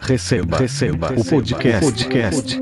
Receba o podcast.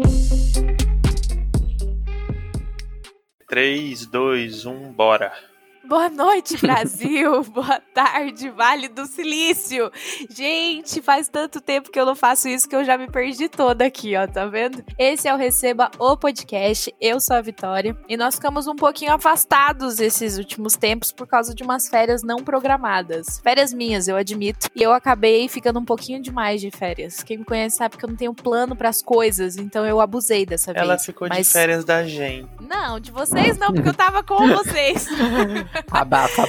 3, 2, 1, bora! Boa noite, Brasil! Boa tarde, Vale do Silício! Gente, faz tanto tempo que eu não faço isso que eu já me perdi toda aqui, ó, tá vendo? Esse é o Receba o Podcast, eu sou a Vitória, e nós ficamos um pouquinho afastados esses últimos tempos por causa de umas férias não programadas. Férias minhas, eu admito, e eu acabei ficando um pouquinho demais de férias. Quem me conhece sabe que eu não tenho plano pras coisas, então eu abusei dessa vez. Ela ficou de férias da gente. Não, de vocês não, porque eu tava com vocês. Abafa.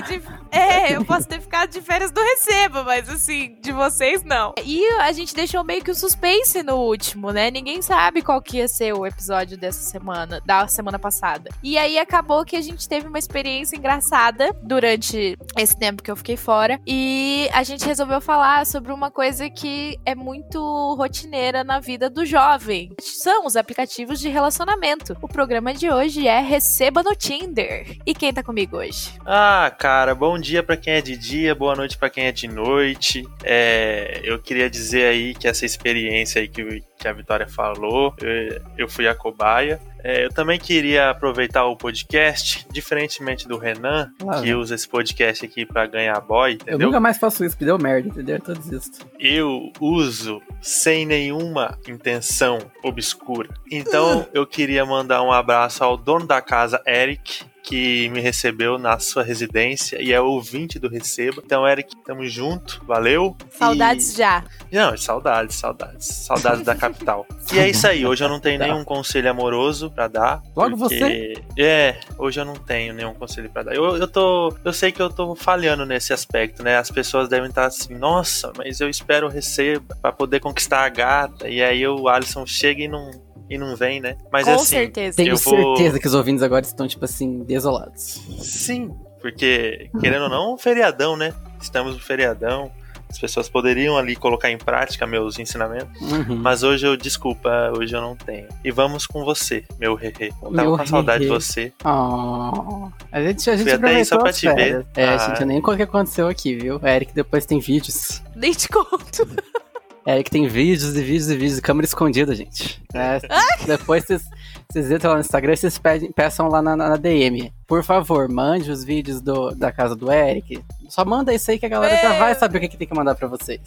Eu posso ter ficado de férias do Receba, mas assim, de vocês não. E a gente deixou meio que o suspense no último, né? Ninguém sabe qual que ia ser o episódio dessa semana, da semana passada. E aí acabou que a gente teve uma experiência engraçada durante esse tempo que eu fiquei fora. E a gente resolveu falar sobre uma coisa que é muito rotineira na vida do jovem. São os aplicativos de relacionamento. O programa de hoje é Receba no Tinder. E quem tá comigo hoje? Ah, cara, bom dia pra quem é de dia, boa noite pra quem é de noite. Eu queria dizer aí que essa experiência aí que a Vitória falou, eu fui a cobaia. Eu também queria aproveitar o podcast, diferentemente do Renan, que usa esse podcast aqui pra ganhar boy, entendeu? Eu nunca mais faço isso, que deu merda, entendeu? Eu desisto. Eu uso sem nenhuma intenção obscura. Então, eu queria mandar um abraço ao dono da casa, Eric, que me recebeu na sua residência e é ouvinte do Receba. Então, Eric, tamo junto, valeu. Saudades já. Não, saudades da capital. E é isso aí, hoje eu não tenho nenhum conselho amoroso pra dar. Logo você? Hoje eu não tenho nenhum conselho pra dar. Eu sei que eu tô falhando nesse aspecto, né? As pessoas devem estar assim, nossa, mas eu espero o Receba pra poder conquistar a gata. E aí o Alisson chega e não vem, né? Mas com assim, certeza. Tenho certeza que os ouvintes agora estão, tipo assim, desolados. Sim, porque, querendo ou não, um feriadão, né? Estamos no feriadão. As pessoas poderiam ali colocar em prática meus ensinamentos. Mas hoje hoje eu não tenho. E vamos com você, meu Rerê. Tava com saudade de você. A gente fui até aí só pra te ver. Gente, eu nem conto o que aconteceu aqui, viu? A Eric depois tem vídeos. Nem te conto. Eric tem vídeos e vídeos, câmera escondida, gente. Depois vocês entram lá no Instagram e vocês peçam lá na DM. Por favor, mande os vídeos da casa do Eric. Só manda isso aí que a galera já vai saber o que tem que mandar pra vocês.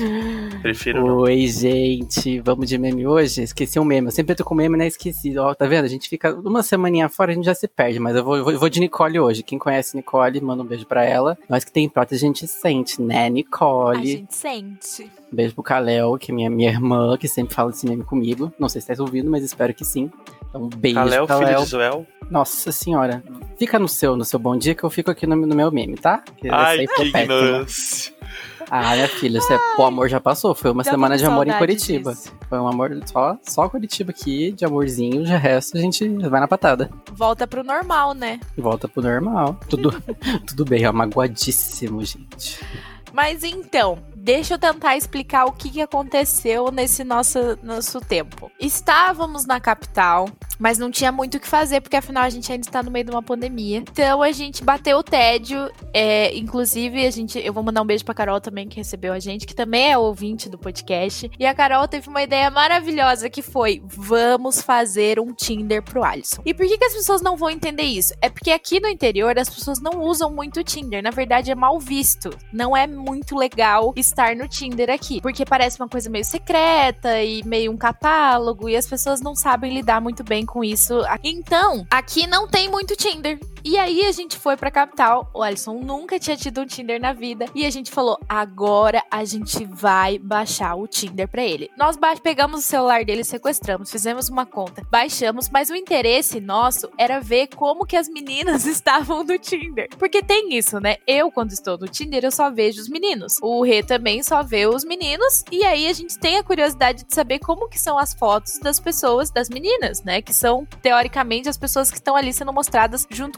Prefiro não. Oi, gente. Vamos de meme hoje? Esqueci um meme. Eu sempre tô com meme, né? Esqueci. Ó, tá vendo? A gente fica uma semaninha fora, a gente já se perde. Mas eu vou de Nicole hoje. Quem conhece Nicole, manda um beijo pra ela. Nós que tem prótese, a gente sente, né, Nicole? A gente sente. Beijo pro Kalel, que é minha irmã, que sempre fala esse meme comigo. Não sei se tá ouvindo, mas espero que sim. Então, um beijo, Kalel, filho de Zoel. Nossa senhora. Fica no seu bom dia que eu fico aqui no meu meme, tá? Ai, que ignorância. Minha filha, o amor já passou. Foi uma semana de amor em Curitiba. Disso. Foi um amor só Curitiba aqui, de amorzinho. De resto, a gente vai na patada. Volta pro normal, né? Volta pro normal. Tudo bem, ó, magoadíssimo, gente. Mas então, deixa eu tentar explicar o que aconteceu nesse nosso tempo. Estávamos na capital, mas não tinha muito o que fazer, porque afinal a gente ainda está no meio de uma pandemia. Então a gente bateu o tédio, inclusive eu vou mandar um beijo pra Carol também, que recebeu a gente, que também é ouvinte do podcast. E a Carol teve uma ideia maravilhosa, que foi, vamos fazer um Tinder pro Alisson. E por que as pessoas não vão entender isso? É porque aqui no interior as pessoas não usam muito o Tinder, na verdade é mal visto. Não é muito legal estar no Tinder aqui, porque parece uma coisa meio secreta e meio um catálogo, e as pessoas não sabem lidar muito bem com isso. Então, aqui não tem muito Tinder. E aí a gente foi pra capital, o Alisson nunca tinha tido um Tinder na vida, e a gente falou, agora a gente vai baixar o Tinder pra ele. Nós pegamos o celular dele, sequestramos, fizemos uma conta, baixamos, mas o interesse nosso era ver como que as meninas estavam no Tinder. Porque tem isso, né? Eu, quando estou no Tinder, eu só vejo os meninos. O Rê também só vê os meninos, e aí a gente tem a curiosidade de saber como que são as fotos das pessoas, das meninas, né? Que são, teoricamente, as pessoas que estão ali sendo mostradas junto com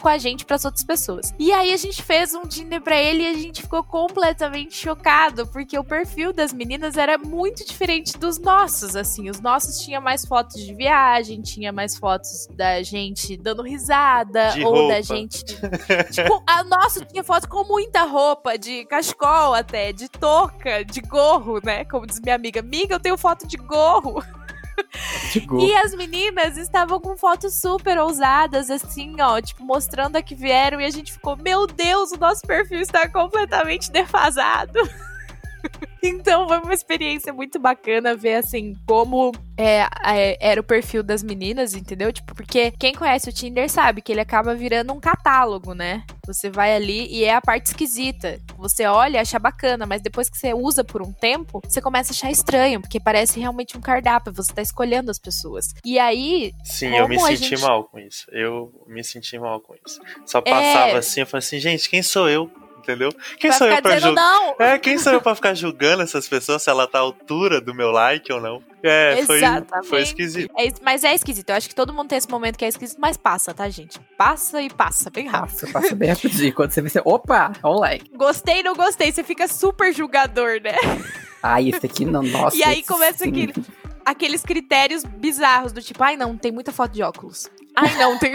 a gente pras outras pessoas. E aí a gente fez um Tinder pra ele e a gente ficou completamente chocado, porque o perfil das meninas era muito diferente dos nossos, assim. Os nossos tinha mais fotos de viagem, tinha mais fotos da gente dando risada, De ou roupa. da gente... tipo, a nossa tinha foto com muita roupa, de cachecol até, de touca, de gorro, né? Como diz minha amiga. Amiga, eu tenho foto de gorro. E as meninas estavam com fotos super ousadas, assim, ó, tipo, mostrando a que vieram, e a gente ficou, meu Deus, o nosso perfil está completamente defasado. Então foi uma experiência muito bacana ver, assim, como era o perfil das meninas, entendeu? Tipo, porque quem conhece o Tinder sabe que ele acaba virando um catálogo, né? Você vai ali e é a parte esquisita. Você olha e acha bacana, mas depois que você usa por um tempo, você começa a achar estranho, porque parece realmente um cardápio, você tá escolhendo as pessoas. E aí... Sim, eu me senti mal com isso. Só passava assim, eu falei assim, gente, quem sou eu? Entendeu? Quem sou eu pra julgar? Quem sou eu pra ficar julgando essas pessoas se ela tá à altura do meu like ou não? Foi esquisito. Mas é esquisito. Eu acho que todo mundo tem esse momento que é esquisito, mas passa, tá, gente? Passa e passa, bem rápido. Passa bem rapidinho. Quando você vê, opa, olha o like. Gostei, não gostei. Você fica super julgador, né? Isso aqui não, nossa. E aí começa aqueles critérios bizarros do tipo, ai não, tem muita foto de óculos. Ai não, tem...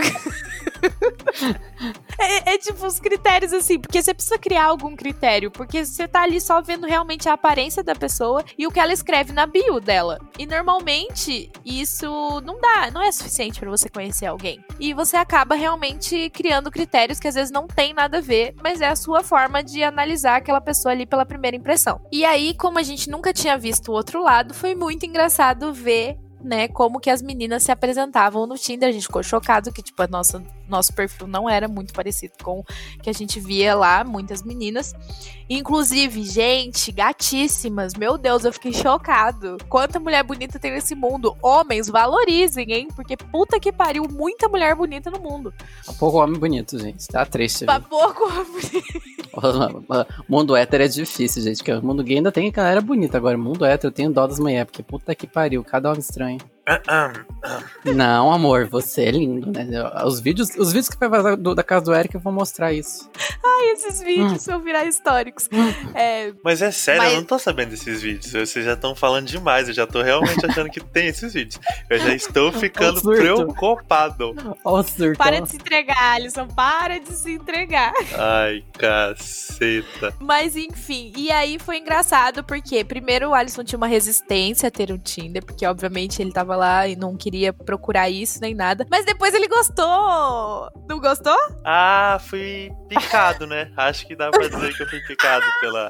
é tipo os critérios assim, porque você precisa criar algum critério, porque você tá ali só vendo realmente a aparência da pessoa e o que ela escreve na bio dela. E normalmente isso não é suficiente pra você conhecer alguém. E você acaba realmente criando critérios que às vezes não tem nada a ver, mas é a sua forma de analisar aquela pessoa ali pela primeira impressão. E aí, como a gente nunca tinha visto o outro lado, foi muito engraçado ver, né, como que as meninas se apresentavam no Tinder. A gente ficou chocado que, tipo, nosso perfil não era muito parecido com o que a gente via lá, muitas meninas. Inclusive, gente, gatíssimas. Meu Deus, eu fiquei chocado. Quanta mulher bonita tem nesse mundo. Homens, valorizem, hein? Porque puta que pariu, muita mulher bonita no mundo. Pouco homem bonito, gente. Tá triste. Pouco homem bonito. Mundo hétero é difícil, gente. Porque o mundo gay ainda tem galera bonita. Agora, mundo hétero, eu tenho dó das mulheres. Porque puta que pariu, cada homem estranho. Não, amor, você é lindo, né? Os vídeos que vai vazar da casa do Eric, eu vou mostrar isso. Ai, esses vídeos vão virar históricos. Mas é sério, eu não tô sabendo desses vídeos. Vocês já estão falando demais. Eu já tô realmente achando que tem esses vídeos. Eu já estou ficando preocupado. Para de se entregar, Alisson. Para de se entregar. Ai, caceta. Mas enfim, e aí foi engraçado porque primeiro o Alisson tinha uma resistência a ter um Tinder, porque obviamente ele tava lá e não queria procurar isso nem nada. Mas depois ele gostou. Não gostou? Fui picado, né? Acho que dá pra dizer que eu fui picado pela...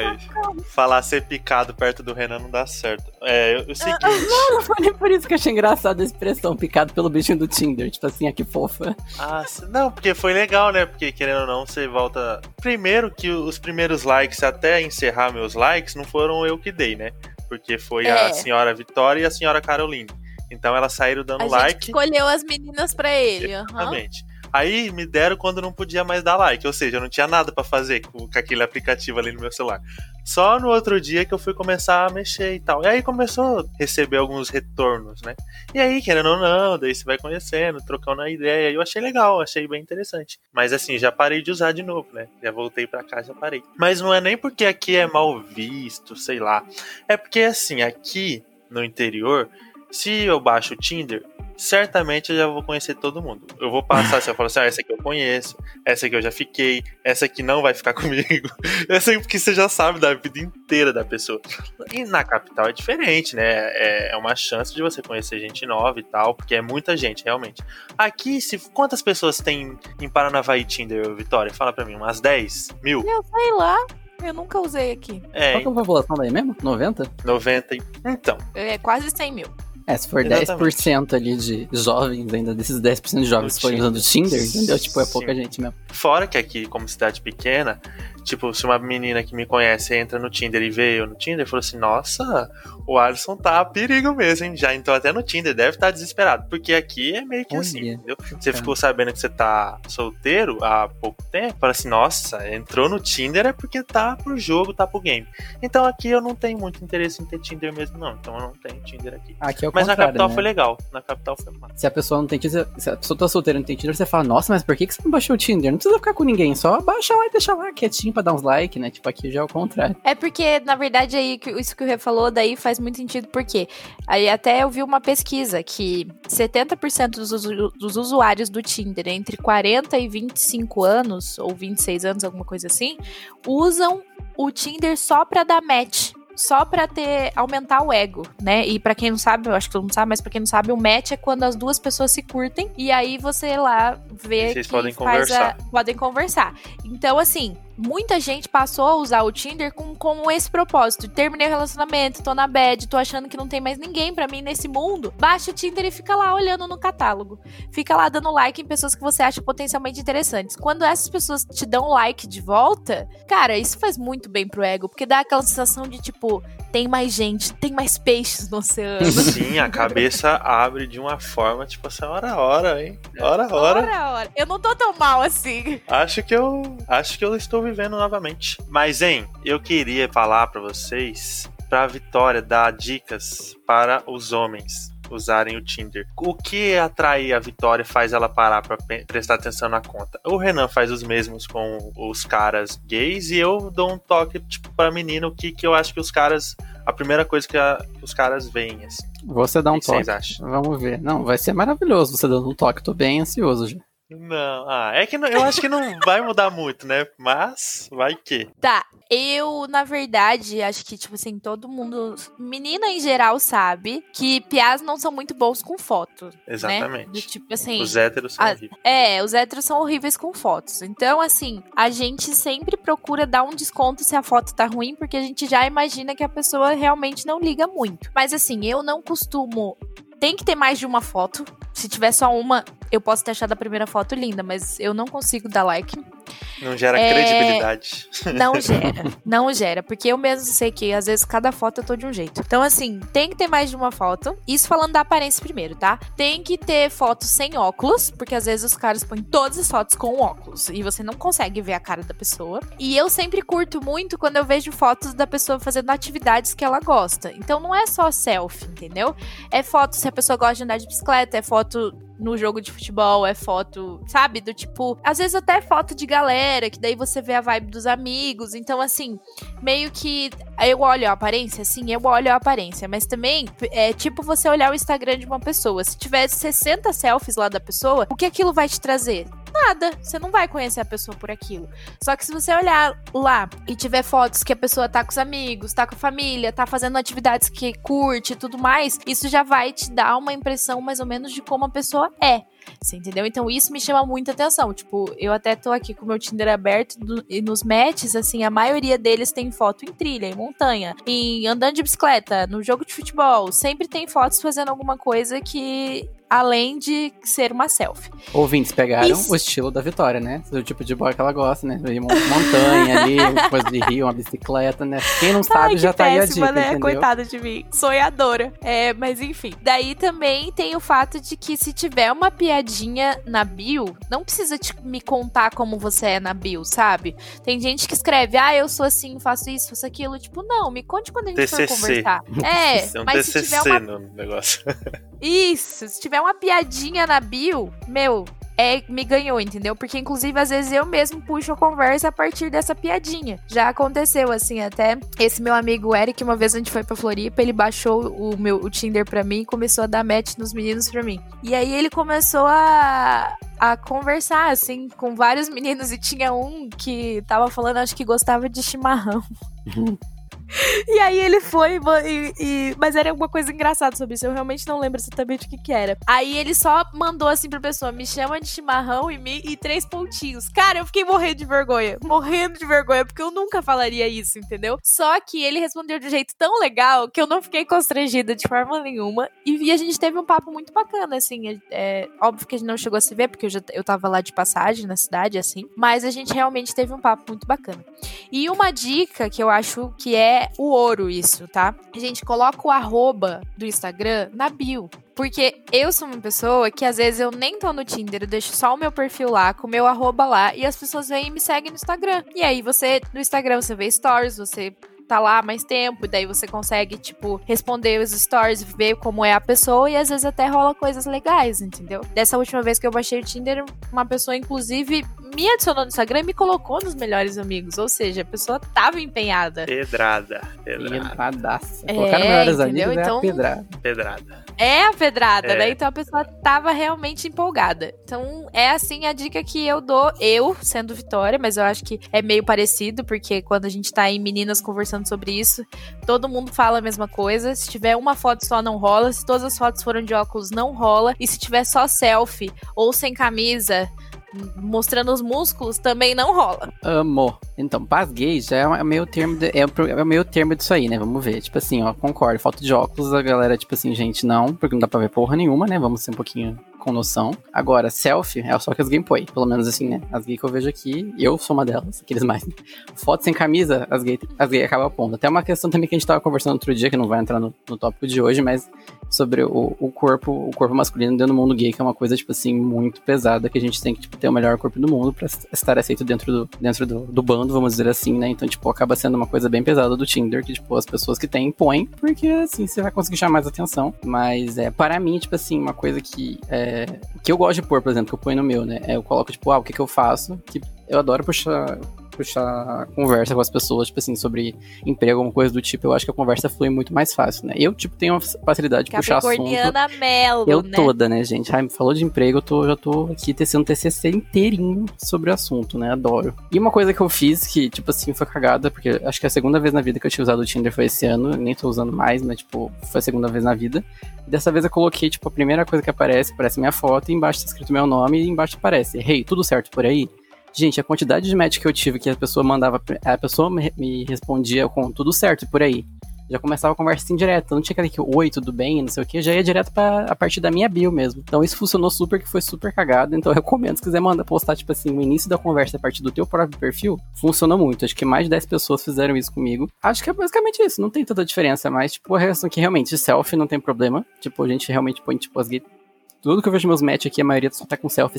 falar ser picado perto do Renan não dá certo. O seguinte... Não foi por isso que eu achei engraçado a expressão picado pelo bichinho do Tinder. Tipo assim, que fofa. Não, porque foi legal, né? Porque querendo ou não, você volta... Primeiro que os primeiros likes, até encerrar meus likes, não foram eu que dei, né? Porque foi a senhora Vitória e a senhora Caroline. Então elas saíram dando like. A gente escolheu as meninas pra ele. Exatamente. Aí me deram quando não podia mais dar like. Ou seja, eu não tinha nada pra fazer com aquele aplicativo ali no meu celular. Só no outro dia que eu fui começar a mexer e tal. E aí começou a receber alguns retornos, né? E aí, querendo ou não, daí você vai conhecendo, trocando a ideia. E eu achei legal, achei bem interessante. Mas assim, já parei de usar de novo, né? Já voltei pra cá, já parei. Mas não é nem porque aqui é mal visto, sei lá. É porque assim, aqui no interior, se eu baixo o Tinder, certamente eu já vou conhecer todo mundo. Eu vou passar, se eu falo assim, essa aqui eu conheço, essa aqui eu já fiquei, essa aqui não vai ficar comigo. Essa aí porque você já sabe da vida inteira da pessoa. E na capital é diferente, né? É uma chance de você conhecer gente nova e tal, porque é muita gente, realmente. Aqui, quantas pessoas tem em Paranavaí Tinder, Vitória? Fala pra mim, umas 10 mil? Eu sei lá. Eu nunca usei aqui. Qual que é a população daí mesmo? 90? 90. Então. É quase 100 mil. Se for exatamente. 10% ali de jovens, ainda desses 10% de jovens que forem usando o Tinder, entendeu? Tipo, é pouca gente mesmo. Fora que aqui, como cidade pequena, tipo, se uma menina que me conhece entra no Tinder e vê eu no Tinder, falou assim, nossa, o Alisson tá a perigo mesmo, hein? Já entrou até no Tinder, deve estar desesperado. Porque aqui é meio que assim, entendeu? Você ficou sabendo que você tá solteiro há pouco tempo, fala assim, nossa, entrou no Tinder é porque tá pro jogo, tá pro game. Então aqui eu não tenho muito interesse em ter Tinder mesmo, não. Então eu não tenho Tinder aqui. Aqui é o mas na contrário, capital né? foi legal. Na capital foi massa. Se a pessoa não tem Tinder, se a pessoa tá solteira e não tem Tinder, você fala, nossa, mas por que você não baixou o Tinder? Não precisa ficar com ninguém, só baixa lá e deixa lá quietinho pra dar uns likes, né? Tipo, aqui já é o contrário. É porque, na verdade, aí isso que o Rê falou, daí faz muito sentido, porque aí até eu vi uma pesquisa que 70% dos usuários do Tinder entre 40 e 25 anos, ou 26 anos, alguma coisa assim, usam o Tinder só pra dar match. Só pra aumentar o ego, né? E pra quem não sabe, eu acho que todo mundo sabe, mas pra quem não sabe, o match é quando as duas pessoas se curtem e aí você lá vê vocês que podem conversar. podem conversar. Então, assim, muita gente passou a usar o Tinder com esse propósito. Terminei o relacionamento, tô na bad, tô achando que não tem mais ninguém pra mim nesse mundo. Baixa o Tinder e fica lá olhando no catálogo. Fica lá dando like em pessoas que você acha potencialmente interessantes. Quando essas pessoas te dão like de volta, cara, isso faz muito bem pro ego, porque dá aquela sensação de, tipo, tem mais gente, tem mais peixes no oceano. Sim, a cabeça abre de uma forma, tipo assim, hora, hein? Hora. Eu não tô tão mal assim. Acho que eu estou vivendo novamente. Mas, hein, eu queria falar pra vocês, pra Vitória dar dicas para os homens usarem o Tinder. O que atrai a Vitória faz ela parar pra prestar atenção na conta? O Renan faz os mesmos com os caras gays e eu dou um toque, tipo, pra menina, o que eu acho que os caras... A primeira coisa que os caras veem, assim. Você dá um toque. Vocês acham? Vamos ver. Não, vai ser maravilhoso você dando um toque. Tô bem ansioso já. Não, é que eu acho que não vai mudar muito, né? Mas vai que. Tá, eu, na verdade, acho que, tipo assim, todo mundo, menina em geral sabe que piás não são muito bons com foto. Exatamente. Né? Do tipo assim... Os héteros são horríveis. Os héteros são horríveis com fotos. Então, assim, a gente sempre procura dar um desconto se a foto tá ruim, porque a gente já imagina que a pessoa realmente não liga muito. Mas, assim, eu não costumo... Tem que ter mais de uma foto. Se tiver só uma, eu posso ter achado a primeira foto linda, mas eu não consigo dar like. Não gera credibilidade. Não gera, porque eu mesmo sei que às vezes cada foto eu tô de um jeito. Então, assim, tem que ter mais de uma foto. Isso falando da aparência primeiro, tá? Tem que ter fotos sem óculos, porque às vezes os caras põem todas as fotos com óculos e você não consegue ver a cara da pessoa. E eu sempre curto muito quando eu vejo fotos da pessoa fazendo atividades que ela gosta. Então não é só selfie, entendeu? É foto se a pessoa gosta de andar de bicicleta, é foto no jogo de futebol, é foto, sabe? Do tipo, às vezes até foto de galera, que daí você vê a vibe dos amigos. Então, assim, meio que eu olho a aparência, sim, eu olho a aparência, mas também é tipo você olhar o Instagram de uma pessoa. Se tiver 60 selfies lá da pessoa, o que aquilo vai te trazer? Nada, você não vai conhecer a pessoa por aquilo. Só que se você olhar lá e tiver fotos que a pessoa tá com os amigos, tá com a família, tá fazendo atividades que curte e tudo mais, isso já vai te dar uma impressão mais ou menos de como a pessoa é. Você entendeu? Então isso me chama muita atenção. Tipo, eu até tô aqui com o meu Tinder aberto e nos matches, assim, a maioria deles tem foto em trilha, em montanha, em andando de bicicleta, no jogo de futebol. Sempre tem fotos fazendo alguma coisa que... além de ser uma selfie. Ouvintes pegaram o estilo da Vitória, né? O tipo de boy que ela gosta, né? Montanha ali, coisa de rio, uma bicicleta, né? Quem não sabe já tá péssima, aí a dica, né? entendeu? Coitada de mim. Sonhadora. Mas enfim. Daí também tem o fato de que se tiver uma piadinha na bio, não precisa me contar como você é na bio, sabe? Tem gente que escreve, eu sou assim, faço isso, faço aquilo. Tipo, não, me conte quando a gente for conversar. Mas se tiver uma... no negócio. Isso, se tiver uma piadinha na bio, me ganhou, entendeu? Porque, inclusive, às vezes eu mesmo puxo a conversa a partir dessa piadinha. Já aconteceu, assim, até esse meu amigo Eric, uma vez a gente foi pra Floripa, ele baixou o Tinder pra mim e começou a dar match nos meninos pra mim. E aí ele começou a conversar, assim, com vários meninos e tinha um que tava falando, acho que gostava de chimarrão. E aí ele foi, mas era alguma coisa engraçada sobre isso, eu realmente não lembro exatamente o que era. Aí ele só mandou assim pra pessoa, me chama de chimarrão e 3 pontinhos. Cara, eu fiquei morrendo de vergonha, porque eu nunca falaria isso, entendeu? Só que ele respondeu de um jeito tão legal que eu não fiquei constrangida de forma nenhuma, e a gente teve um papo muito bacana, assim, óbvio que a gente não chegou a se ver, porque eu tava lá de passagem na cidade, assim, mas a gente realmente teve um papo muito bacana. E uma dica que eu acho que é o ouro isso, tá? A gente coloca o arroba do Instagram na bio. Porque eu sou uma pessoa que às vezes eu nem tô no Tinder, eu deixo só o meu perfil lá, com o meu arroba lá, e as pessoas vêm e me seguem no Instagram. E aí no Instagram você vê stories, você tá lá mais tempo, e daí você consegue, tipo, responder os stories, ver como é a pessoa, e às vezes até rola coisas legais, entendeu? Dessa última vez que eu baixei o Tinder, uma pessoa, inclusive, me adicionou no Instagram e me colocou nos melhores amigos, ou seja, a pessoa tava empenhada. Pedradaça. Colocaram melhores amigos, então, Pedrada. É a pedrada, né? Então a pessoa tava realmente empolgada. Então é assim a dica que eu dou, eu sendo Vitória, mas eu acho que é meio parecido, porque quando a gente tá em meninas conversando sobre isso, todo mundo fala a mesma coisa. Se tiver uma foto só não rola, se todas as fotos foram de óculos não rola, e se tiver só selfie ou sem camisa, mostrando os músculos, também não rola. Amo. Então, paz gay já é o meio termo é o meio termo disso aí, né? Vamos ver. Tipo assim, ó, concordo. Foto de óculos, a galera, tipo assim, gente, não, porque não dá pra ver porra nenhuma, né? Vamos ser um pouquinho com noção. Agora, selfie é só que as gays põem. Pelo menos assim, né? As gays que eu vejo aqui, eu sou uma delas, aqueles mais. Né? Foto sem camisa, as gays acabam pondo. Até uma questão também que a gente tava conversando outro dia, que não vai entrar no tópico de hoje, mas sobre o corpo masculino dentro do mundo gay, que é uma coisa, tipo assim, muito pesada, que a gente tem que, tipo, ter o melhor corpo do mundo pra estar aceito dentro do bando, vamos dizer assim, né? Então, tipo, acaba sendo uma coisa bem pesada do Tinder, que, tipo, as pessoas que têm, põem, porque, assim, você vai conseguir chamar mais atenção. Mas, para mim, tipo assim, uma coisa que eu gosto de pôr, por exemplo, que eu ponho no meu, né? Eu coloco, tipo, o que eu faço, que eu adoro puxar conversa com as pessoas, tipo assim, sobre emprego, alguma coisa do tipo. Eu acho que a conversa flui muito mais fácil, né? Eu, tipo, tenho uma facilidade de puxar assunto. Capricorniana Melo, eu né? Toda, né, gente? Ai, falou de emprego, já tô aqui tecendo um TCC inteirinho sobre o assunto, né? Adoro. E uma coisa que eu fiz que, tipo assim, foi cagada, porque acho que a segunda vez na vida que eu tinha usado o Tinder foi esse ano, nem tô usando mais, mas, tipo, foi a segunda vez na vida. E dessa vez eu coloquei, tipo, a primeira coisa que aparece minha foto, e embaixo tá escrito meu nome, e embaixo aparece, hey, tudo certo por aí? Gente, a quantidade de match que eu tive, que a pessoa me respondia com tudo certo por aí. Já começava a conversa assim direto, não tinha aquele que, oi, tudo bem, não sei o que, já ia direto a partir da minha bio mesmo. Então isso funcionou super, que foi super cagado, então eu recomendo, se quiser postar, tipo assim, o início da conversa a partir do teu próprio perfil, funciona muito. Acho que mais de 10 pessoas fizeram isso comigo. Acho que é basicamente isso, não tem tanta diferença, mas, tipo, a relação que realmente, selfie não tem problema, tipo, a gente realmente põe, tipo, as gays. Tudo que eu vejo meus match aqui, a maioria só tá com selfie.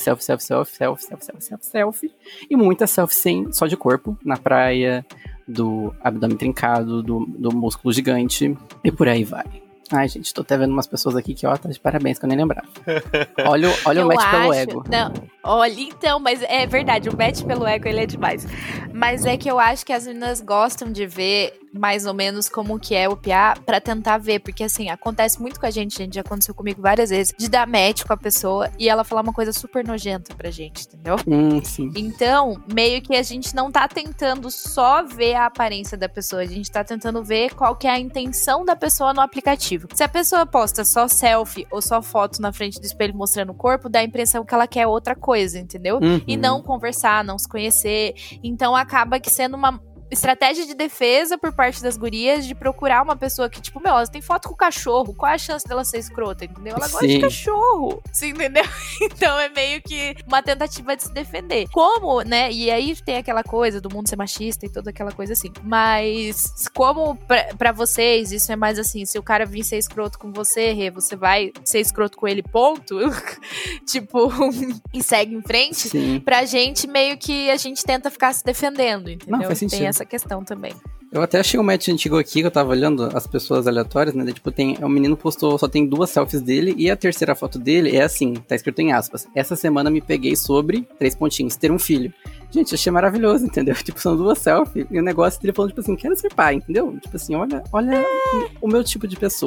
E muita selfie só de corpo, na praia, do abdômen trincado, do músculo gigante, e por aí vai. Ai, gente, tô até vendo umas pessoas aqui que, ó, tá de parabéns, que eu nem lembrava. Olha o match pelo ego. Não, olha, então, mas é verdade, o match pelo ego, ele é demais. Mas é que eu acho que as meninas gostam de ver mais ou menos como que é o PA pra tentar ver, porque assim, acontece muito com a gente, já aconteceu comigo várias vezes, de dar match com a pessoa e ela falar uma coisa super nojenta pra gente, entendeu? Sim. Então, meio que a gente não tá tentando só ver a aparência da pessoa, a gente tá tentando ver qual que é a intenção da pessoa no aplicativo. Se a pessoa posta só selfie ou só foto na frente do espelho mostrando o corpo, dá a impressão que ela quer outra coisa, entendeu? E não conversar, não se conhecer. Então acaba que sendo uma estratégia de defesa por parte das gurias de procurar uma pessoa que, tipo, elas tem foto com o cachorro, qual é a chance dela ser escrota, entendeu? Ela gosta de cachorro, você entendeu? Então é meio que uma tentativa de se defender. Como, né, e aí tem aquela coisa do mundo ser machista e toda aquela coisa assim, mas como pra vocês isso é mais assim, se o cara vir ser escroto com você, você vai ser escroto com ele, ponto, tipo, e segue em frente. Sim. Pra gente, meio que a gente tenta ficar se defendendo, entendeu? Não, faz sentido. Tem essa questão também. Eu até achei um match antigo aqui, que eu tava olhando as pessoas aleatórias, né? Tipo, o menino postou, só tem 2 selfies dele, e a terceira foto dele é assim, tá escrito em aspas: essa semana me peguei sobre, 3 pontinhos, ter um filho. Gente, achei maravilhoso, entendeu? Tipo, são 2 selfies, e o negócio dele falando, tipo assim, quero ser pai, entendeu? Tipo assim, olha o meu tipo de pessoa.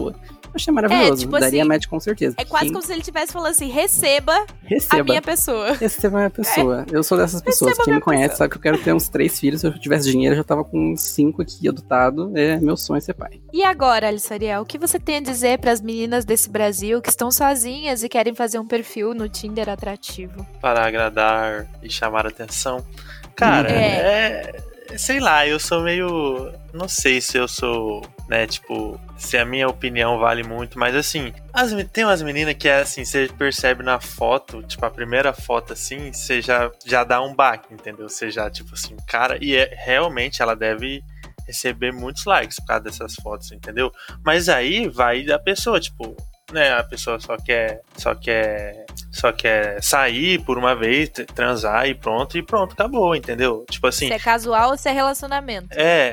Achei maravilhoso. tipo Daria assim, match com certeza. É quase como se ele estivesse falando assim, receba a minha pessoa. Receba a minha pessoa. Eu sou dessas pessoas. Quem me conhece sabe que eu quero ter uns 3 filhos. Se eu tivesse dinheiro, eu já tava com uns 5 aqui adotado. É meu sonho ser pai. E agora, Alice Ariel, o que você tem a dizer pras meninas desse Brasil que estão sozinhas e querem fazer um perfil no Tinder atrativo? Para agradar e chamar atenção. Cara, sei lá, eu sou meio... Não sei se eu sou, né, tipo... Se a minha opinião vale muito, mas assim... Tem umas meninas que é assim, você percebe na foto, tipo, a primeira foto assim, você já dá um baque, entendeu? Você já, tipo assim, cara... E realmente ela deve receber muitos likes por causa dessas fotos, entendeu? Mas aí vai da pessoa, tipo... Né, a pessoa só quer sair por uma vez, transar e pronto, acabou, entendeu? Tipo assim... Se é casual ou se é relacionamento.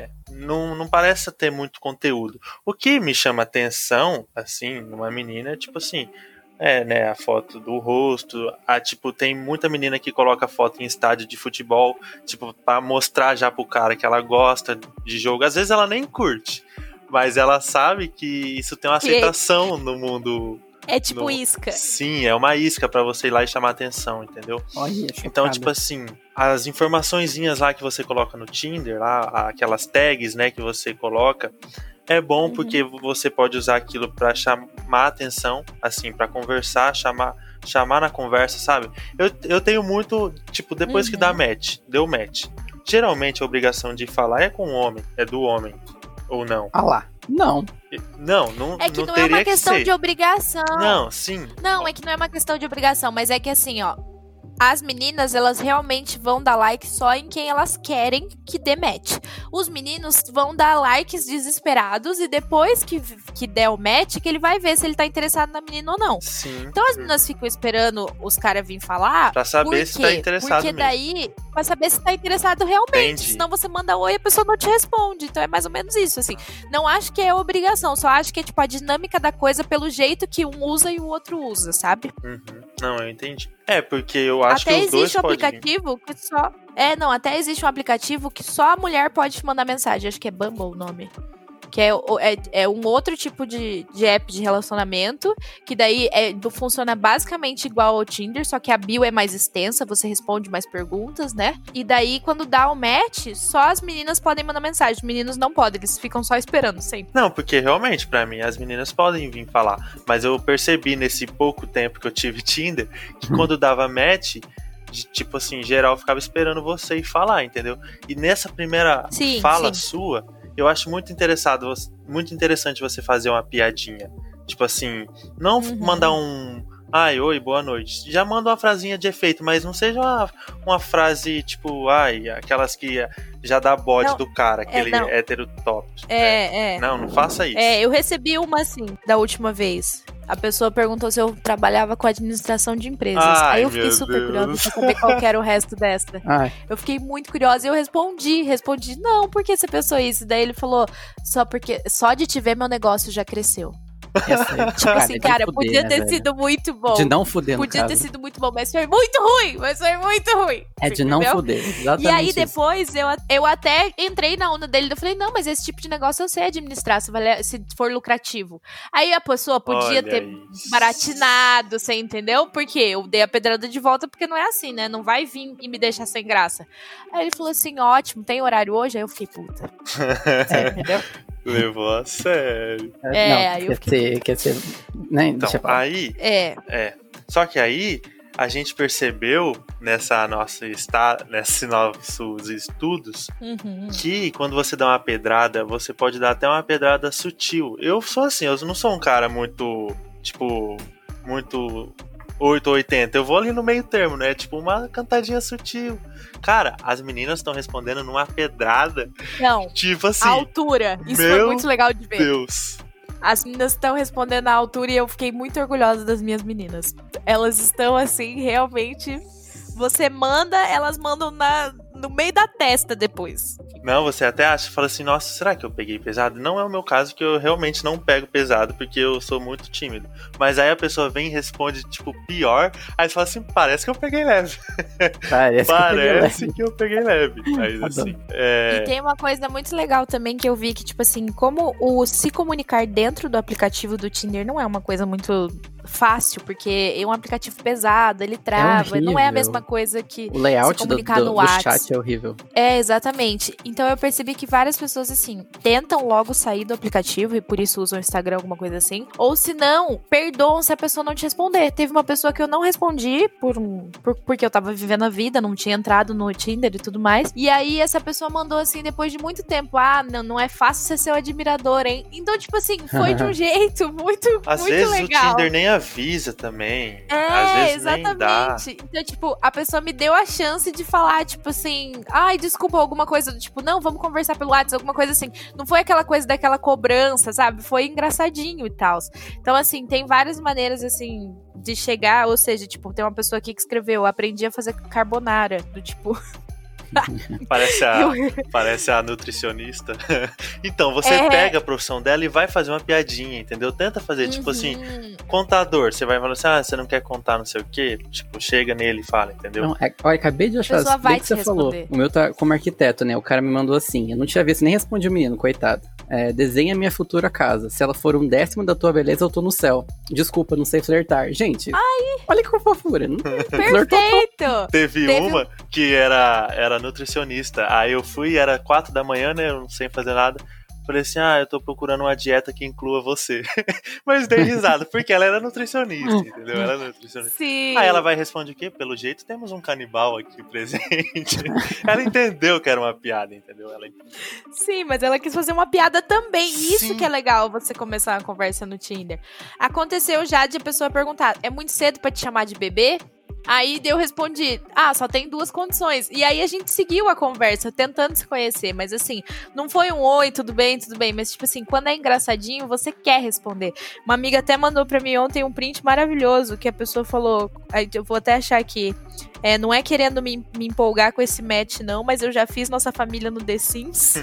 Não parece ter muito conteúdo. O que me chama atenção, assim, numa menina, é tipo assim... né, a foto do rosto, tipo, tem muita menina que coloca foto em estádio de futebol, tipo, pra mostrar já pro cara que ela gosta de jogo. Às vezes ela nem curte, mas ela sabe que isso tem uma aceitação no mundo. É tipo isca. Sim, é uma isca pra você ir lá e chamar atenção, entendeu? Olha, então, tipo assim, as informaçõezinhas lá que você coloca no Tinder, lá, aquelas tags, né, que você coloca, é bom porque você pode usar aquilo pra chamar atenção, assim, pra conversar, chamar na conversa, sabe? Eu tenho muito, tipo, depois que deu match. Geralmente a obrigação de falar é com o homem, é do homem. Ou não? Ah lá. Não. Não é que não teria é uma questão de obrigação. Não, sim. Não, é que não é uma questão de obrigação, mas é que assim, ó, as meninas, elas realmente vão dar like só em quem elas querem que dê match. Os meninos vão dar likes desesperados e depois que der o match, que ele vai ver se ele tá interessado na menina ou não. Sim. Então as meninas ficam esperando os caras virem falar. Pra saber se tá interessado Porque mesmo. daí, pra saber se tá interessado realmente. Entendi. Senão você manda oi e a pessoa não te responde. Então é mais ou menos isso, assim. Não acho que é obrigação, só acho que é tipo a dinâmica da coisa pelo jeito que um usa e o outro usa, sabe? Não, eu entendi. Porque eu acho até que os dois existe um aplicativo que só... até existe um aplicativo que só a mulher pode mandar mensagem. Acho que é Bumble o nome. Que é um outro tipo de app de relacionamento, que daí funciona basicamente igual ao Tinder, só que a bio é mais extensa, você responde mais perguntas, né? E daí, quando dá o match, só as meninas podem mandar mensagem, os meninos não podem, eles ficam só esperando sempre. Não, porque realmente, pra mim, as meninas podem vir falar, mas eu percebi nesse pouco tempo que eu tive Tinder, que quando dava match... tipo assim, geral ficava esperando você ir falar, entendeu? E nessa primeira fala sua, eu acho muito interessante você fazer uma piadinha. Tipo assim, não mandar ai, oi, boa noite. Já manda uma frasinha de efeito, mas não seja uma frase tipo, ai, aquelas que já dá bode do cara, aquele hétero top. Não faça isso. Eu recebi uma assim, da última vez. A pessoa perguntou se eu trabalhava com administração de empresas. Aí eu fiquei super curiosa pra saber qual que era o resto dessa. Eu fiquei muito curiosa e eu respondi, não, por que você pensou isso? Daí ele falou, só de te ver meu negócio já cresceu. Tipo assim, cara, podia ter sido muito bom. De não fuder, podia ter sido muito bom, mas foi muito ruim. É de não fuder, exatamente. E aí depois eu até entrei na onda dele. Eu falei, não, mas esse tipo de negócio eu sei administrar, se for lucrativo. Aí a pessoa podia ter baratinado, você entendeu? Porque eu dei a pedrada de volta, porque não é assim, né? Não vai vir e me deixar sem graça. Aí ele falou assim, ótimo, tem horário hoje? Aí eu fiquei, puta. Entendeu? Levou a sério. Quer ser, né? Então, aí... Só que aí, a gente percebeu, nesses nossos estudos, que quando você dá uma pedrada, você pode dar até uma pedrada sutil. Eu sou assim, eu não sou um cara muito, tipo, muito 8 ou 80. Eu vou ali no meio termo, né? Tipo, uma cantadinha sutil. Cara, as meninas estão respondendo numa pedrada. Não. Tipo assim. A altura. Isso foi muito legal de ver. Meu Deus. As meninas estão respondendo à altura e eu fiquei muito orgulhosa das minhas meninas. Elas estão assim, realmente. Você manda, elas mandam no meio da testa depois. Não, você até acha, fala assim, nossa, será que eu peguei pesado? Não é o meu caso, que eu realmente não pego pesado, porque eu sou muito tímido. Mas aí a pessoa vem e responde, tipo, pior, aí você fala assim, parece que eu peguei leve. Parece que eu peguei leve. Mas assim, E tem uma coisa muito legal também que eu vi que, tipo assim, como o se comunicar dentro do aplicativo do Tinder não é uma coisa muito fácil, porque é um aplicativo pesado, ele trava, não é a mesma coisa que o layout se comunicar do no WhatsApp. chat é horrível. É, exatamente. Então eu percebi que várias pessoas, assim, tentam logo sair do aplicativo e por isso usam o Instagram, alguma coisa assim. Ou se não, perdoam se a pessoa não te responder. Teve uma pessoa que eu não respondi porque eu tava vivendo a vida, não tinha entrado no Tinder e tudo mais. E aí essa pessoa mandou assim, depois de muito tempo, não é fácil ser seu admirador, hein? Então, tipo assim, foi de um jeito muito, às muito vezes legal. O Tinder nem avisa também. Às vezes exatamente. Nem dá. Então, tipo, a pessoa me deu a chance de falar, tipo assim, ai, desculpa, alguma coisa do tipo, não, vamos conversar pelo WhatsApp, alguma coisa assim. Não foi aquela coisa daquela cobrança, sabe? Foi engraçadinho e tal. Então, assim, tem várias maneiras, assim, de chegar, ou seja, tipo, tem uma pessoa aqui que escreveu, aprendi a fazer carbonara, do tipo... Parece a nutricionista. Então, você pega a profissão dela e vai fazer uma piadinha, entendeu? Tenta fazer, tipo assim, contador. Você vai falar assim, você não quer contar não sei o quê? Tipo, chega nele e fala, entendeu? Não, olha, acabei de achar isso que você falou. O meu tá como arquiteto, né? O cara me mandou assim, eu não tinha visto, nem respondi o menino, coitado. Desenha minha futura casa. Se ela for 1/10 da tua beleza, eu tô no céu. Desculpa, não sei flertar. Gente, olha que fofura. Perfeito! Teve uma que era nutricionista. Aí eu fui, era 4 da manhã, né? Eu não sei fazer nada. Falei assim, eu tô procurando uma dieta que inclua você. Mas dei risada, porque ela era nutricionista, entendeu? Ela era nutricionista. Sim. Aí ela vai responder o quê? Pelo jeito, temos um canibal aqui presente. Ela entendeu que era uma piada, entendeu? Sim, mas ela quis fazer uma piada também. Isso Sim. que é legal, você começar uma conversa no Tinder. Aconteceu já de a pessoa perguntar, é muito cedo pra te chamar de bebê? Aí eu respondi, só tem 2 condições. E aí a gente seguiu a conversa, tentando se conhecer. Mas assim, não foi um oi, tudo bem. Mas tipo assim, quando é engraçadinho, você quer responder. Uma amiga até mandou pra mim ontem um print maravilhoso, que a pessoa falou, aí eu vou até achar aqui. Não é querendo me empolgar com esse match, não, mas eu já fiz nossa família no The Sims.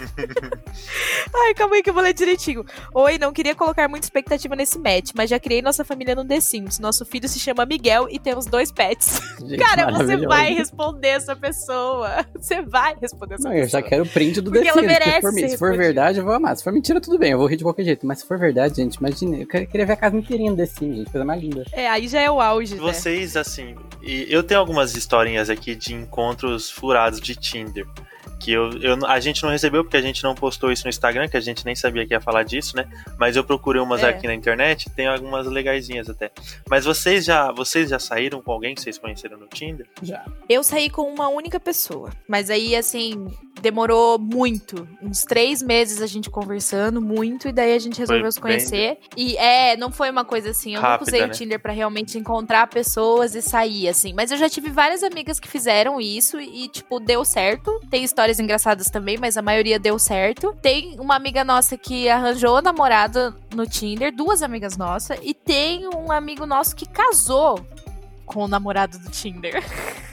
Ai, calma aí que eu vou ler direitinho. Oi, não queria colocar muita expectativa nesse match, mas já criei nossa família no The Sims. Nosso filho se chama Miguel e temos 2 pets. Gente, cara, você vai responder essa pessoa. Você vai responder essa pessoa. Eu já quero o print do porque The ela Sims. merece Se for verdade, eu vou amar. Se for mentira, tudo bem, eu vou rir de qualquer jeito. Mas se for verdade, gente, imagina. Eu queria ver a casa inteirinha do The Sims, gente, coisa mais linda. Aí já é o auge, Vocês, assim, eu tenho algumas historinhas aqui de encontros furados de Tinder. Que a gente não recebeu porque a gente não postou isso no Instagram, que a gente nem sabia que ia falar disso, né? Mas eu procurei umas aqui na internet, tem algumas legaisinhas até. Mas vocês já saíram com alguém que vocês conheceram no Tinder? Já. Eu saí com uma única pessoa, mas aí, assim, demorou muito. Uns 3 meses a gente conversando, muito, e daí a gente resolveu se conhecer. E não foi uma coisa assim, eu nunca usei o Tinder pra realmente encontrar pessoas e sair, assim. Mas eu já tive várias amigas que fizeram isso e, tipo, deu certo. Tem histórias engraçadas também, mas a maioria deu certo. Tem uma amiga nossa que arranjou namorado no Tinder, 2 amigas nossas, e tem um amigo nosso que casou com o namorado do Tinder.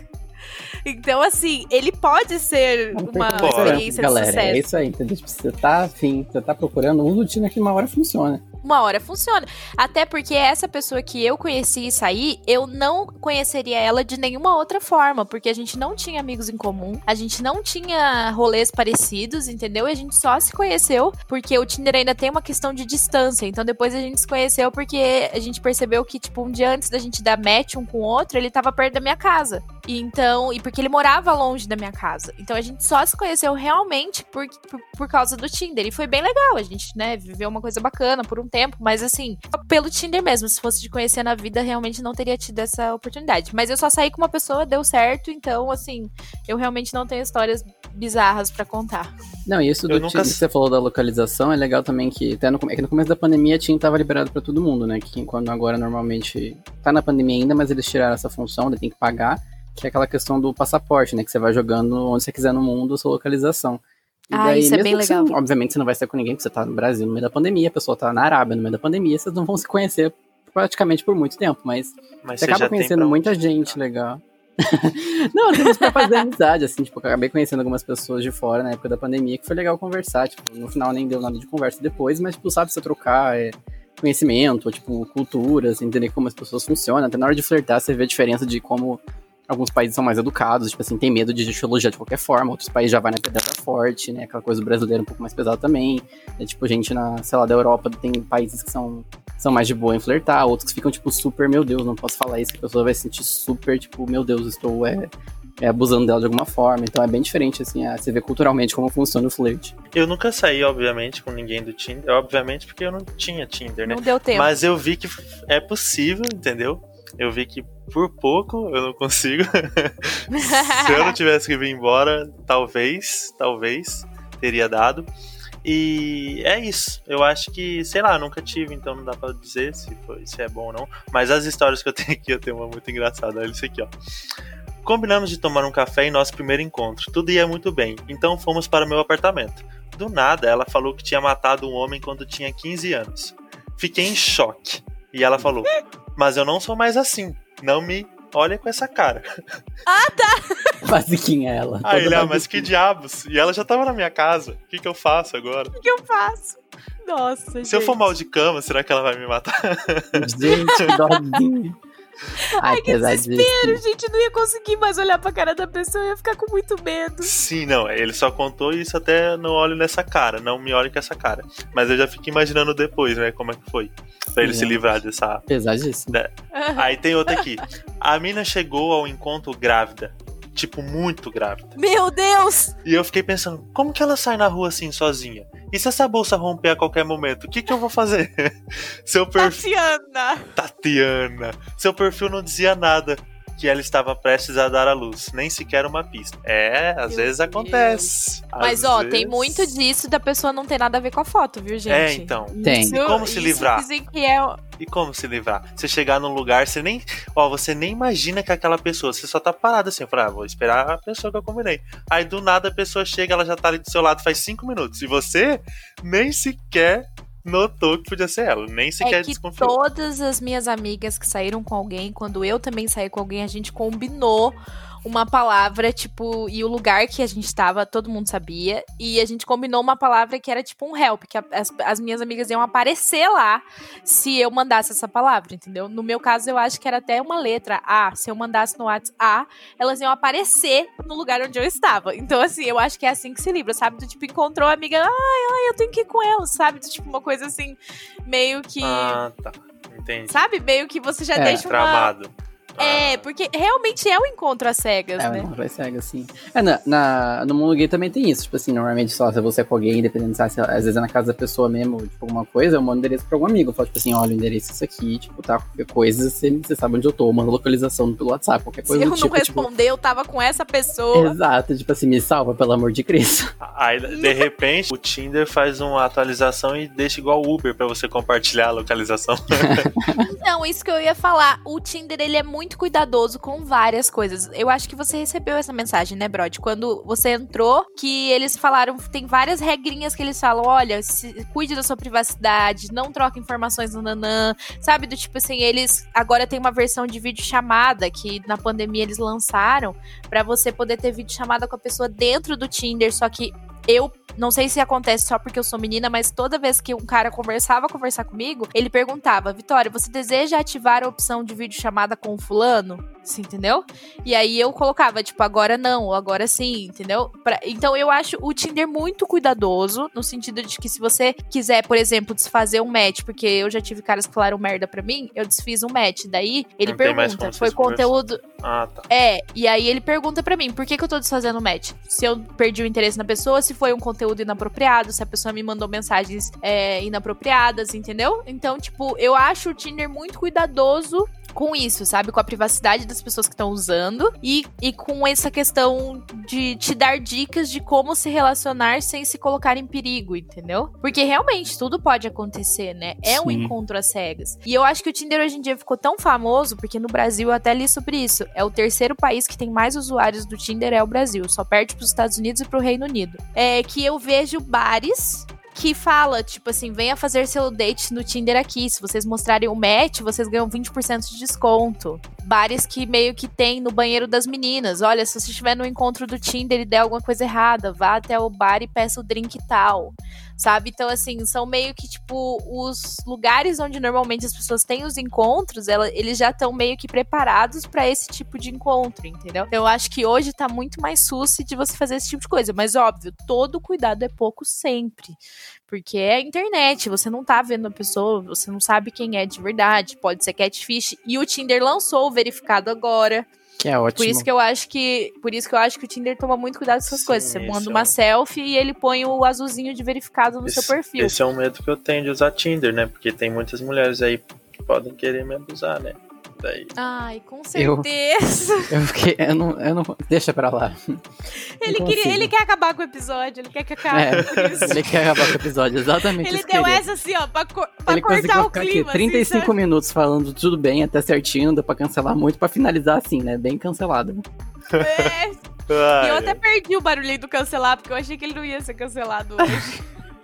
Então, assim, ele pode ser uma experiência de sucesso. É isso aí, entendeu? Você tá afim, você tá procurando, usa o Tinder que uma hora funciona. Uma hora funciona. Até porque essa pessoa que eu conheci e saí, eu não conheceria ela de nenhuma outra forma, porque a gente não tinha amigos em comum, a gente não tinha rolês parecidos, entendeu? E a gente só se conheceu porque o Tinder ainda tem uma questão de distância. Então depois a gente se conheceu porque a gente percebeu que, tipo, um dia antes da gente dar match um com o outro, ele tava perto da minha casa. E porque ele morava longe da minha casa. Então a gente só se conheceu realmente por causa do Tinder. E foi bem legal. A gente, né, viveu uma coisa bacana por um tempo. Mas assim, pelo Tinder mesmo. Se fosse de conhecer na vida, realmente não teria tido essa oportunidade. Mas eu só saí com uma pessoa, deu certo. Então, assim, eu realmente não tenho histórias bizarras pra contar. Não, e isso do Tinder que você falou da localização é legal também que até no começo da pandemia Tinder tava liberado pra todo mundo, né? Que quando agora normalmente tá na pandemia ainda, mas eles tiraram essa função, tem que pagar. Que é aquela questão do passaporte, né? Que você vai jogando onde você quiser no mundo a sua localização. E daí, isso é bem legal. Obviamente você não vai sair com ninguém, porque você tá no Brasil no meio da pandemia, a pessoa tá na Arábia no meio da pandemia, vocês não vão se conhecer praticamente por muito tempo, mas você acaba conhecendo muita gente legal. Não, temos pra fazer amizade, assim, tipo, eu acabei conhecendo algumas pessoas de fora na época da pandemia, que foi legal conversar, tipo, no final nem deu nada de conversa depois, mas, tipo, sabe, você trocar conhecimento, ou, tipo, culturas, entender como as pessoas funcionam, até na hora de flertar você vê a diferença de como alguns países são mais educados, tipo assim, tem medo de te elogiar de qualquer forma, outros países já vai na pedra forte, né, aquela coisa do brasileiro um pouco mais pesada também, tipo, gente sei lá, da Europa tem países que são mais de boa em flertar, outros que ficam, tipo, super, meu Deus, não posso falar isso, que a pessoa vai se sentir super, tipo, meu Deus, estou abusando dela de alguma forma, então é bem diferente, assim, você vê culturalmente como funciona o flerte. Eu nunca saí, obviamente, com ninguém do Tinder, obviamente porque eu não tinha Tinder, né? Não deu tempo. Mas eu vi que é possível, entendeu? Eu vi que por pouco eu não consigo. Se eu não tivesse que vir embora, talvez teria dado. E é isso. Eu acho que, sei lá, nunca tive, então não dá pra dizer se é bom ou não. Mas as histórias que eu tenho aqui, eu tenho uma muito engraçada. Olha isso aqui, ó. Combinamos de tomar um café em nosso primeiro encontro. Tudo ia muito bem, então fomos para o meu apartamento. Do nada, ela falou que tinha matado um homem quando tinha 15 anos. Fiquei em choque. E ela falou, mas eu não sou mais assim. Não me olha com essa cara. Ah, tá! Basiquinha ela. Aí ele, mas que diabos? E ela já tava na minha casa. O que eu faço agora? O que eu faço? Nossa, gente. Se eu for mal de cama, será que ela vai me matar? Gente, que dozinha. Ai, que desespero, gente. Não ia conseguir mais olhar pra cara da pessoa. Eu ia ficar com muito medo. Sim, não. Ele só contou isso, até não olho nessa cara. Não me olhe com essa cara. Mas eu já fico imaginando depois, né? Como é que foi. Pra ele se livrar dessa... Pesadíssimo. Né? Aí tem outra aqui. A mina chegou ao encontro grávida. Tipo, muito grávida. Meu Deus! E eu fiquei pensando, como que ela sai na rua assim, sozinha? E se essa bolsa romper a qualquer momento? O que eu vou fazer? Seu perfil... Tatiana! Seu perfil não dizia nada que ela estava prestes a dar à luz. Nem sequer uma pista. Às vezes acontece. Mas, tem muito disso da pessoa não ter nada a ver com a foto, viu, gente? Então. Tem. E como se livrar? Dizem que E como se livrar? Você chegar num lugar, você nem imagina que é aquela pessoa, você só tá parado assim, vou esperar a pessoa que eu combinei. Aí do nada a pessoa chega, ela já tá ali do seu lado faz 5 minutos. E você nem sequer notou que podia ser ela, nem sequer desconfiou. Todas as minhas amigas que saíram com alguém, quando eu também saí com alguém, a gente combinou uma palavra, tipo, e o lugar que a gente tava, todo mundo sabia, e a gente combinou uma palavra que era tipo um help, que as minhas amigas iam aparecer lá se eu mandasse essa palavra, entendeu? No meu caso, eu acho que era até uma letra A, se eu mandasse no WhatsApp A, elas iam aparecer no lugar onde eu estava. Então, assim, eu acho que é assim que se livra, sabe? Tu, tipo, encontrou a amiga, eu tenho que ir com ela, sabe? Tu, tipo, uma coisa assim, meio que... Ah, tá. Entendi. Sabe? Meio que você já deixa uma... Tramado. Porque realmente é um encontro às cegas, né? É um encontro às cegas, sim. No mundo gay também tem isso. Tipo assim, normalmente, só se você é com alguém, dependendo, às vezes é na casa da pessoa mesmo, tipo, alguma coisa, eu mando endereço pra algum amigo. Eu falo, tipo assim, olha, o endereço é isso aqui, tipo, tá, qualquer coisa, você sabe onde eu tô. Eu mando localização pelo WhatsApp, qualquer coisa do do tipo. Se eu não responder, eu tava com essa pessoa. Exato, tipo assim, me salva, pelo amor de Cristo. Aí, de repente, o Tinder faz uma atualização e deixa igual o Uber pra você compartilhar a localização. Não, isso que eu ia falar. O Tinder, ele é muito cuidadoso com várias coisas. Eu acho que você recebeu essa mensagem, né, Brody? Quando você entrou, que eles falaram, tem várias regrinhas que eles falam, olha, cuide da sua privacidade, não troque informações no nanã, sabe? Do tipo assim, eles agora tem uma versão de videochamada que na pandemia eles lançaram pra você poder ter videochamada com a pessoa dentro do Tinder, só que eu não sei se acontece só porque eu sou menina, mas toda vez que um cara conversar comigo, ele perguntava, Vitória, você deseja ativar a opção de videochamada com o fulano? Você entendeu? E aí eu colocava, tipo, agora não, agora sim, entendeu? Então eu acho o Tinder muito cuidadoso, no sentido de que se você quiser, por exemplo, desfazer um match, porque eu já tive caras que falaram merda pra mim, eu desfiz um match, daí ele pergunta, foi conteúdo... Ah, tá. E aí ele pergunta pra mim, por que eu tô desfazendo o match? Se eu perdi o interesse na pessoa, se foi um conteúdo inapropriado, se a pessoa me mandou mensagens inapropriadas, entendeu? Então, tipo, eu acho o Tinder muito cuidadoso com isso, sabe? Com a privacidade das pessoas que estão usando e com essa questão de te dar dicas de como se relacionar sem se colocar em perigo, entendeu? Porque realmente tudo pode acontecer, né? É um encontro às cegas. E eu acho que o Tinder hoje em dia ficou tão famoso, porque no Brasil eu até li sobre isso. É o terceiro país que tem mais usuários do Tinder, é o Brasil. Só perde pros Estados Unidos e pro Reino Unido. É que eu vejo bares que fala, tipo assim, venha fazer seu date no Tinder aqui. Se vocês mostrarem o match, vocês ganham 20% de desconto. bares que meio que tem no banheiro das meninas. Olha, se você estiver no encontro do Tinder e der alguma coisa errada, vá até o bar e peça o drink tal, sabe? Então, assim, são meio que, tipo, os lugares onde normalmente as pessoas têm os encontros, eles já estão meio que preparados pra esse tipo de encontro, entendeu? Então, eu acho que hoje tá muito mais susse de você fazer esse tipo de coisa. Mas, óbvio, todo cuidado é pouco sempre. Porque é a internet, você não tá vendo a pessoa, você não sabe quem é de verdade, pode ser catfish. E o Tinder lançou o verificado agora. Que é ótimo. Por isso que eu acho que o Tinder toma muito cuidado com essas coisas. Você manda uma selfie e ele põe o azulzinho de verificado no seu perfil. Esse é um medo que eu tenho de usar Tinder, né? Porque tem muitas mulheres aí que podem querer me abusar, né? Daí. Ai, com certeza. Eu não. Deixa pra lá. Ele quer acabar com o episódio, ele quer que acabe por isso. Ele quer acabar com o episódio, exatamente. Ele deu essa assim, ó, pra cortar o clima. Aqui, 35 assim, minutos falando tudo bem, até certinho, deu pra cancelar muito, pra finalizar assim, né? Bem cancelado. E eu até perdi o barulhinho do cancelar, porque eu achei que ele não ia ser cancelado hoje.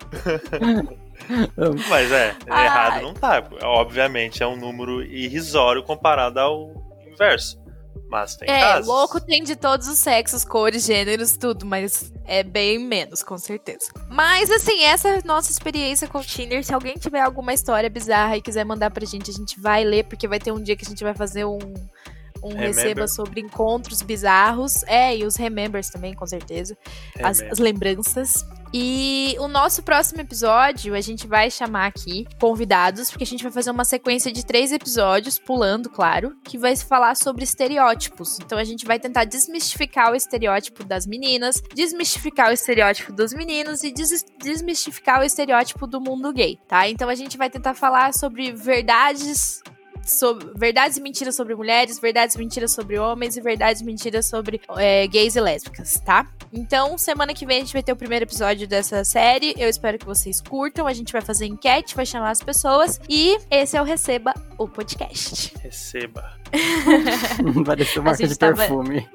Mas errado não tá. Obviamente é um número irrisório comparado ao inverso. Mas tem casos. Louco tem de todos os sexos, cores, gêneros, tudo, mas é bem menos, com certeza. Mas assim, essa é a nossa experiência com o Tinder. Se alguém tiver alguma história bizarra e quiser mandar pra gente, a gente vai ler, porque vai ter um dia que a gente vai fazer um receba sobre encontros bizarros. E os remembers também, com certeza. As lembranças. E o nosso próximo episódio, a gente vai chamar aqui convidados, porque a gente vai fazer uma sequência de 3 episódios, pulando, claro, que vai falar sobre estereótipos. Então a gente vai tentar desmistificar o estereótipo das meninas, desmistificar o estereótipo dos meninos e desmistificar o estereótipo do mundo gay, tá? Então a gente vai tentar falar sobre verdades e mentiras sobre mulheres, verdades e mentiras sobre homens e verdades e mentiras sobre gays e lésbicas, tá? Então, semana que vem a gente vai ter o primeiro episódio dessa série. Eu espero que vocês curtam. A gente vai fazer enquete, vai chamar as pessoas. E esse é o Receba, o podcast. Receba. Parece marca de perfume.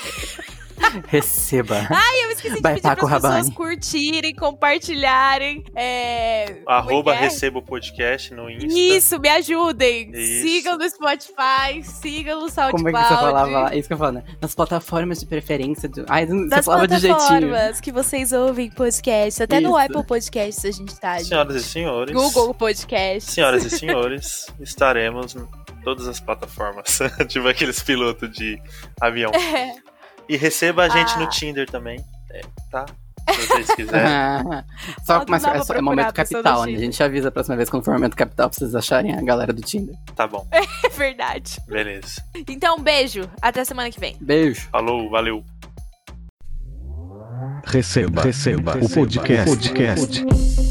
Receba. Ai, eu esqueci de pedir para as pessoas curtirem, compartilharem. Receba o podcast no Insta. Isso, me ajudem. Isso. Sigam no Spotify, sigam no SoundCloud. Como é que você falava lá? Isso que eu falo, né? Nas plataformas de preferência. Das plataformas que vocês ouvem podcast. Até no Apple Podcasts a gente tá. Senhoras e senhores. Google Podcasts. Senhoras e senhores, estaremos em todas as plataformas. Tipo aqueles pilotos de avião. E receba a gente no Tinder também, tá? Se vocês quiserem. Mas é momento capital, né? A gente avisa a próxima vez quando for momento capital pra vocês acharem a galera do Tinder. Tá bom. É verdade. Beleza. Então, beijo. Até semana que vem. Beijo. Falou, valeu. Receba o podcast.